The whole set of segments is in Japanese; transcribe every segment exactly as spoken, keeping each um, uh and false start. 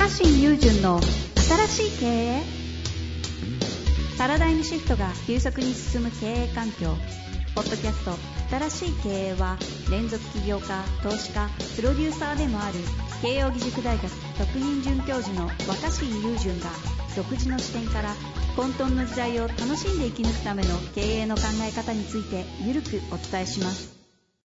若新雄純の新しい経営。パラダイムシフトが急速に進む経営環境。ポッドキャスト新しい経営は、連続起業家、投資家、プロデューサーでもある慶應義塾大学特任准教授の若新雄純が、独自の視点から混沌の時代を楽しんで生き抜くための経営の考え方についてゆるくお伝えします。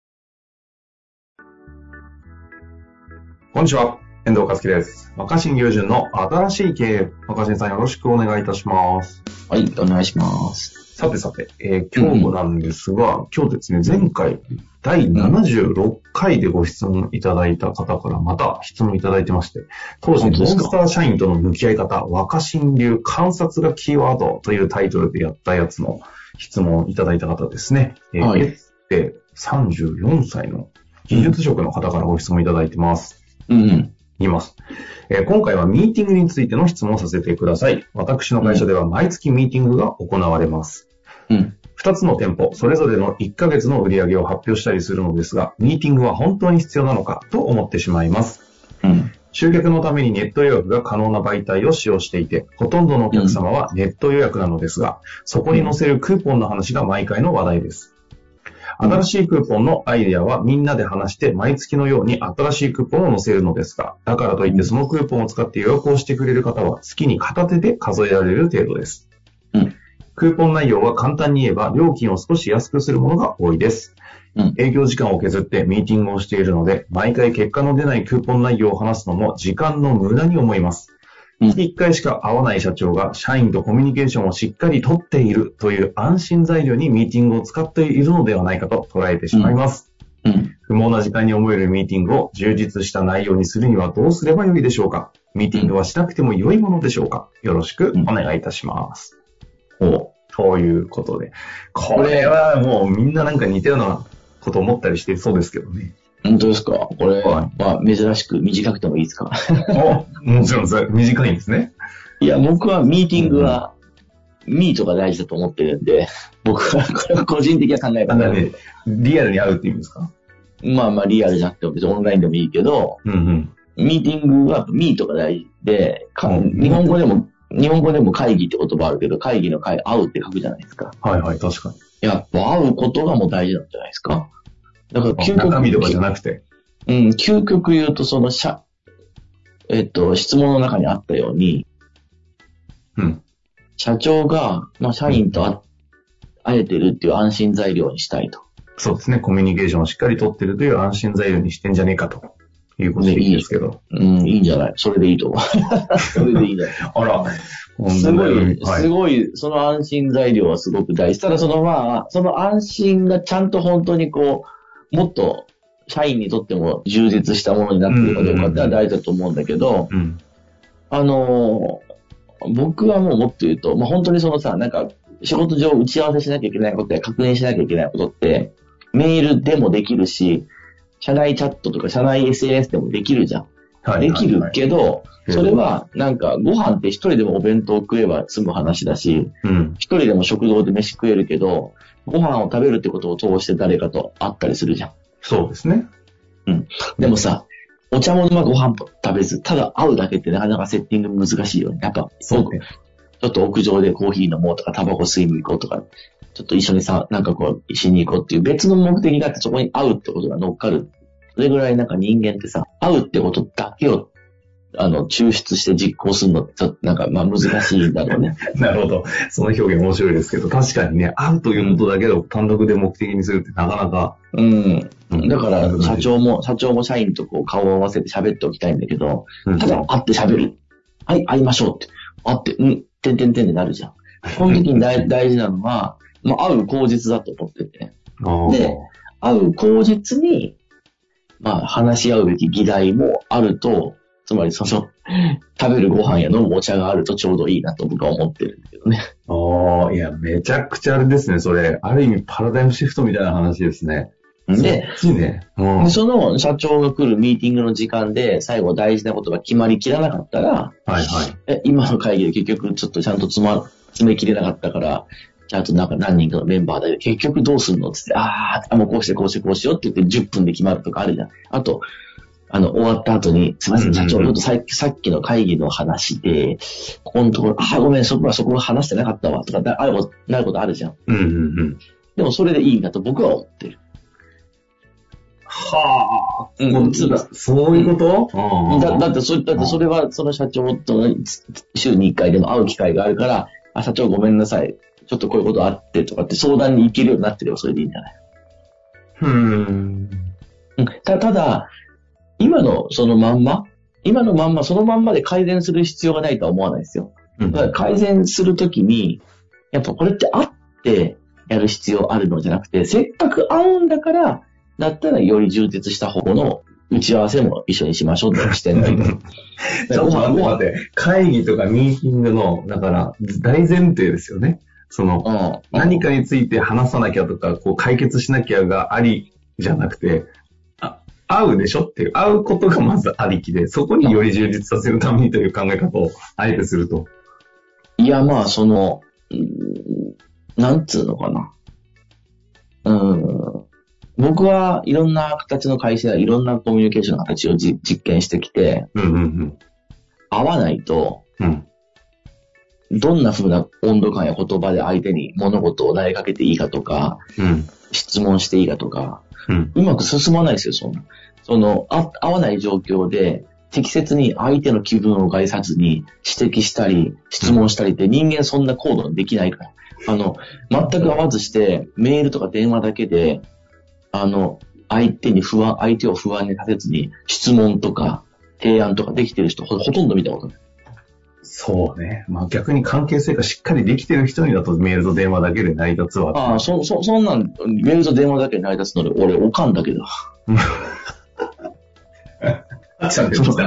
こんにちは、遠藤和樹です。若新雄純の新しい経営。若新さん、よろしくお願いいたします。 はい、お願いします。 さてさて、えー、今日なんですが、うん、今日ですね、前回だいななじゅうろっかいでご質問いただいた方からまた質問いただいてまして、当時モンスター社員との向き合い方、若新流観察がキーワードというタイトルでやったやつの質問いただいた方ですね。えー、はい、でさんじゅうよんさいの技術職の方からご質問いただいてます。 うん、うん、 言います、えー。今回はミーティングについての質問をさせてください。私の会社では毎月ミーティングが行われます。 うん、 ふたつの店舗、それぞれのいっかげつの売り上げを発表したりするのですが、ミーティングは本当に必要なのかと思ってしまいます。 うん、 集客のためにネット予約が可能な媒体を使用していて、ほとんどのお客様はネット予約なのですが、そこに載せるクーポンの話が毎回の話題です。新しいクーポンのアイデアはみんなで話して毎月のように新しいクーポンを載せるのですが、だからといってそのクーポンを使って予約をしてくれる方は月に片手で数えられる程度です。 うん、 クーポン内容は簡単に言えば料金を少し安くするものが多いです。 うん、 営業時間を削ってミーティングをしているので、毎回結果の出ないクーポン内容を話すのも時間の無駄に思います。月いっかいしか会わない社長が社員とコミュニケーションをしっかりとっているという安心材料にミーティングを使っているのではないかと捉えてしまいます。 うんうん、 不毛な時間に思えるミーティングを充実した内容にするにはどうすればよいでしょうか。ミーティングはしなくても良いものでしょうか。よろしくお願いいたします。 うん、おということで、これはもうみんななんか似たようなこと思ったりしてそうですけどね。 本当ですか。これは、まあ、珍しく短くてもいいですか。 お、もちろんです。短いんですね。 いや、僕はミーティングは、うん、ミートが大事だと思ってるんで、僕は、これは個人的な考え方で、ね。 リアルに会うって意味ですか？ まあまあ、リアルじゃなくても別にオンラインでもいいけど、 うんうん、 ミーティングはミートが大事で、うん、日本語でも、日本語でも会議って言葉あるけど、会議の会、会うって書くじゃないですか。 はいはい、確かに。 やっぱ会うことがもう大事なんじゃないですか。だから究極、 中身とかじゃなくて。 うん、究極言うと、その、社、えっと、質問の中にあったように、 うん。 社長が、まあ、社員とあ会えてるっていう安心材料にしたいと。 そうですね。コミュニケーションをしっかり取ってるという安心材料にしてんじゃねえかということでいいですけど。 うん、いいんじゃない。それでいいと思う。それでいいんじゃない。 あら、 すごい、はい、すごい、その安心材料はすごく大事。ただそのまあ、その安心がちゃんと本当にこう、もっと社員にとっても充実したものになっているかどうかってのは大事だと思うんだけど、 うんうん、 あのー、僕はもうもっと言うと、まあ、本当にそのさ、なんか仕事上打ち合わせしなきゃいけないことや確認しなきゃいけないことって、メールでもできるし、社内チャットとか社内 エスエヌエス でもできるじゃん。はい、できるけど、はいはい、それはなんかご飯って一人でもお弁当食えば済む話だし、 うん、 一人でも食堂で飯食えるけど、ご飯を食べるってことを通して誰かと会ったりするじゃん。 そうですね。 うん。でもさ、お茶もまご飯食べず、ただ会うだけってなかなかセッティング難しいよね。やっぱ、 そうね、 ちょっと屋上でコーヒー飲もうとか、タバコ吸いに行こうとか、ちょっと一緒にさ、なんかこう、しに行こうっていう別の目的があってそこに会うってことが乗っかる。それぐらいなんか人間ってさ、会うってことだけを、あの、抽出して実行するのって、ちょっとなんか、まあ難しいんだろうね。 なるほど。その表現面白いですけど、確かにね、会うということだけを単独で目的にするってなかなか。 うん。だから、社長も、社長も社員とこう顔を合わせて喋っておきたいんだけど、 うん、 ただ会って喋る。はい、会いましょうって。会って、うん、てんてんてんでなるじゃん。この時に大大事なのは、まあ、会う口実だと思ってて。で、会う口実に、まあ、話し合うべき議題もあると、つまりその、食べるご飯や飲むお茶があるとちょうどいいなと僕は思ってるんだけどね。 ああ、いや、めちゃくちゃあれですね、それ。ある意味パラダイムシフトみたいな話ですね。 で、 そ, ねうん、 でその社長が来るミーティングの時間で最後大事なことが決まりきらなかったら、 はいはい、 え今の会議で結局ちょっとちゃんと詰ま、詰めきれなかったから、ちゃんとなんか何人かのメンバーで結局どうすんのって言って、ああ、もうこうしてこうしてこうしようって言ってじゅっぷんで決まるとかあるじゃん。あと、 あの、終わった後に、すみません、社長、ちょっとさっき、さっきの会議の話で、ここのところ、あ、ごめん、そこはそこは話してなかったわ、とか、なること、なることあるじゃん。 うんうんうん。 でもそれでいいなと僕は思ってる。 はあ、うん、そういうこと、 うん、だ, だってそだってそれはその社長と週にいっかいでも会う機会があるから、あ、社長ごめんなさい、ちょっとこういうことあってとかって相談に行けるようになってればそれでいいんじゃない？ うーん。 た, ただ、今のそのまんま、今のまんま、そのまんまで改善する必要がないとは思わないですよ。だから改善するときに、やっぱこれって会ってやる必要あるのじゃなくて、せっかく会うんだから、だったらより充実した方の打ち合わせも一緒にしましょうってしてんだけど。 ちょっと待って待って、会議とかミーティングの、だから大前提ですよね。その、うん、何かについて話さなきゃとか、こう解決しなきゃがありじゃなくて、あ、会うでしょっていう、会うことがまずありきで、そこにより充実させるためにという考え方をあえてすると。 いや、まあ、その、なんつうのかな。うん。僕はいろんな形の会社やいろんなコミュニケーションの形をじ実験してきて、 うんうんうん、 合わないと、うん、どんな風な温度感や言葉で相手に物事を投げかけていいかとか、うん、質問していいかとか、うん、うまく進まないですよ、そんな。その、あ、合わない状況で適切に相手の気分を害さずに指摘したり、質問したりって人間そんな行動できないから。あの、全く合わずしてメールとか電話だけで、あの、相手に不安、相手を不安にさせずに質問とか提案とかできてる人ほ、ほとんど見たことない。 そうね。まあ逆に関係性がしっかりできてる人にだとメールと電話だけで成り立つわ。 ああ、そ、そ、そんなん、メールと電話だけで成り立つので、俺、おかんだけど。 ちゃんとそう、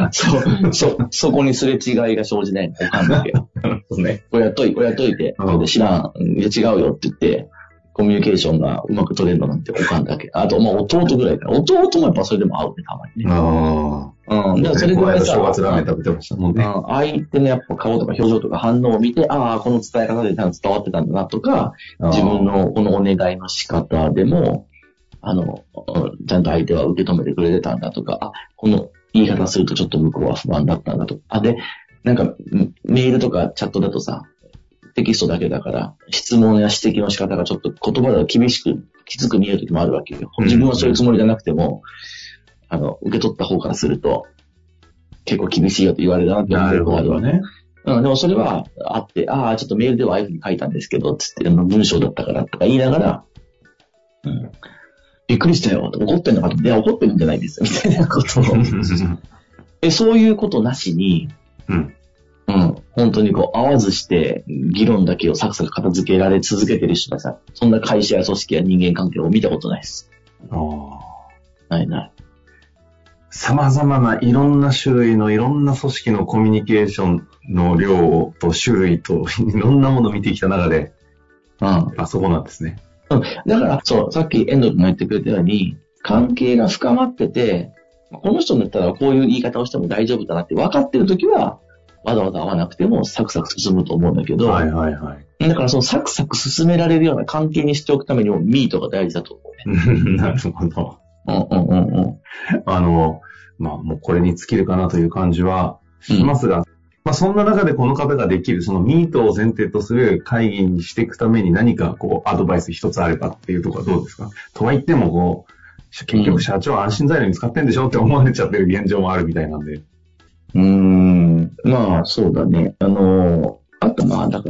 そう、そこにすれ違いが生じないの、おかんだけ。 そうね。 これやっといて、これやっといて、うん、知らん、いや違うよって言って、コミュニケーションがうまく取れるのなんておかんだけ。あと、まあ、弟ぐらいかな。弟もやっぱそれでも合うね、たまにね。 ああ。うん。だからそれぐらいさ、 正月ラーメン食べてましたもんね。 うん。相手のやっぱ顔とか表情とか反応を見て、ああ、この伝え方で伝わってたんだなとか、自分のこのお願いの仕方でも、あの、ちゃんと相手は受け止めてくれてたんだとか、あ、この言い方するとちょっと向こうは不安だったんだとか。あ、で、なんか、メールとかチャットだとさ、テキストだけだから、質問や指摘の仕方がちょっと言葉では厳しく、きつく見える時もあるわけよ。自分はそういうつもりじゃなくても、あの、受け取った方からすると、結構厳しいよと言われるなって思うことがあるわね。うん、でもそれはあって、ああ、ちょっとメールではああいうふうに書いたんですけど、つって、文章だったからとか言いながら、うん、びっくりしたよ、怒ってんのかと。いや、怒ってるんじゃないですよ、みたいなことを。え、そういうことなしに、うんうん。本当にこう、合わずして、議論だけをサクサク片付けられ続けてる人がさ、そんな会社や組織や人間関係を見たことないです。 ああ。 ないない。 様々ないろんな種類のいろんな組織のコミュニケーションの量と種類といろんなものを見てきた中で、うん。あそこなんですね。 うん。だから、そう、さっき遠藤君が言ってくれたように、関係が深まってて、この人だったらこういう言い方をしても大丈夫だなって分かってるときは、わざわざ会わなくてもサクサク進むと思うんだけど、 はいはいはい。 だからそのサクサク進められるような関係にしておくためにもミートが大事だと思うね。なるほど。 うんうんうんうん。 あの、まあもうこれに尽きるかなという感じはしますが、うん、まあそんな中でこの方ができるそのミートを前提とする会議にしていくために何かこうアドバイス一つあればっていうところはどうですか？とは言ってもこう、結局社長は安心材料に使ってんでしょって思われちゃってる現状もあるみたいなんで。 うーん、まあ、そうだね。あの、あとまあ、だから、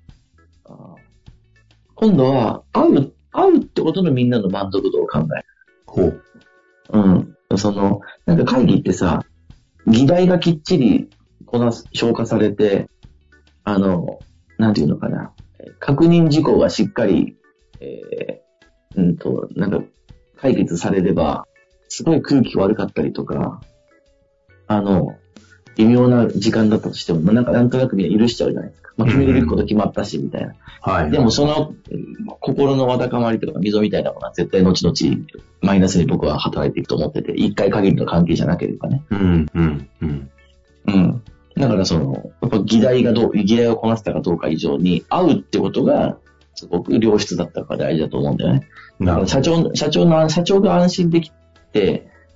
今度は、会う、会うってことのみんなの満足度を考える。 ほう。 うん。その、なんか会議ってさ、議題がきっちりこなす、消化されて、あの、なんていうのかな。確認事項がしっかり、えー、うんと、なんか、解決されれば、すごい空気悪かったりとか、あの、微妙な時間だったとしても、まあ、なんかなんとなくみんな許しちゃうじゃないですか。まあ、決めるべきこと決まったし、みたいな。 はい。 でもその、心のわだかまりとか溝みたいなものは絶対後々マイナスに僕は働いていくと思ってて、一回限りの関係じゃなければね。 うん、うん、うん。 うん。だからその、やっぱ議題がどう、議題をこなせたかどうか以上に、会うってことが、すごく良質だったから大事だと思うんだよね。だから社長、社長の、社長が安心できて、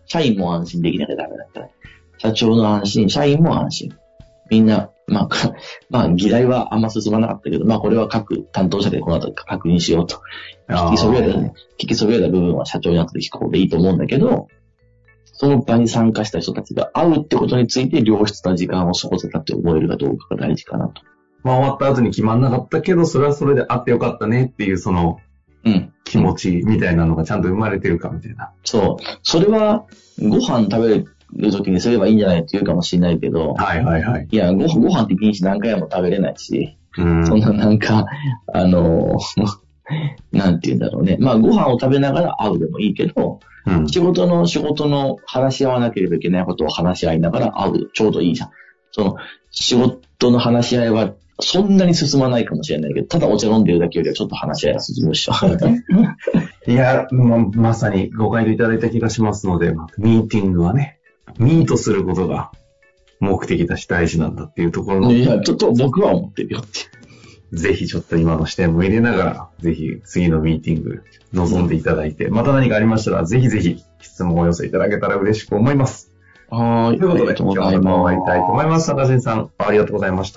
社員も安心できなきゃダメだから。社長の安心、社員も安心。みんな、まあ、まあ、議題はあんま進まなかったけど、まあ、これは各担当者でこの後確認しようと。聞きそびれたね、聞きそびれた部分は社長に後で聞く方でいいと思うんだけど、その場に参加した人たちが会うってことについて良質な時間を過ごせたって思えるかどうかが大事かなと。 まあ、終わった後に決まんなかったけど、それはそれで会ってよかったねっていう、その、うん。気持ちみたいなのがちゃんと生まれてるかみたいな。 そう。それは、ご飯食べる時にすればいいんじゃないって言うかもしれないけど。 はいはいはい。 いや、ご飯、ご飯って一日何回も食べれないし。うん。そんななんか、あの、なんて言うんだろうね。まあ、ご飯を食べながら会うでもいいけど、うん、仕事の仕事の話し合わなければいけないことを話し合いながら会う。ちょうどいいじゃん。その、仕事の話し合いは、そんなに進まないかもしれないけど、ただお茶飲んでるだけよりはちょっと話し合いが進むっしょ。 いや、ま、まさにご回答いただいた気がしますので、ミーティングはね、ミートすることが目的だし大事なんだっていうところの。 いや、ちょっと僕は思ってるよって。 ぜひちょっと今の視点も入れながら、ぜひ次のミーティング臨んでいただいて、うん、また何かありましたら、ぜひぜひ質問をお寄せいただけたら嬉しく思います。 はい。 ということで、今日も終わりたいと思います。高新さん、ありがとうございました。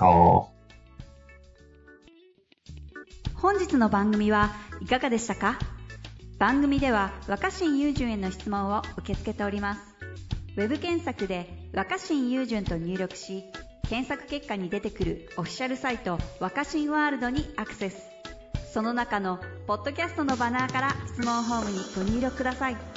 本日の番組はいかがでしたか？番組では若新雄純への質問を受け付けております。ウェブ検索で若新雄純と入力し、検索結果に出てくるオフィシャルサイト若新ワールドにアクセス。その中のポッドキャストのバナーから質問フォームにご入力ください。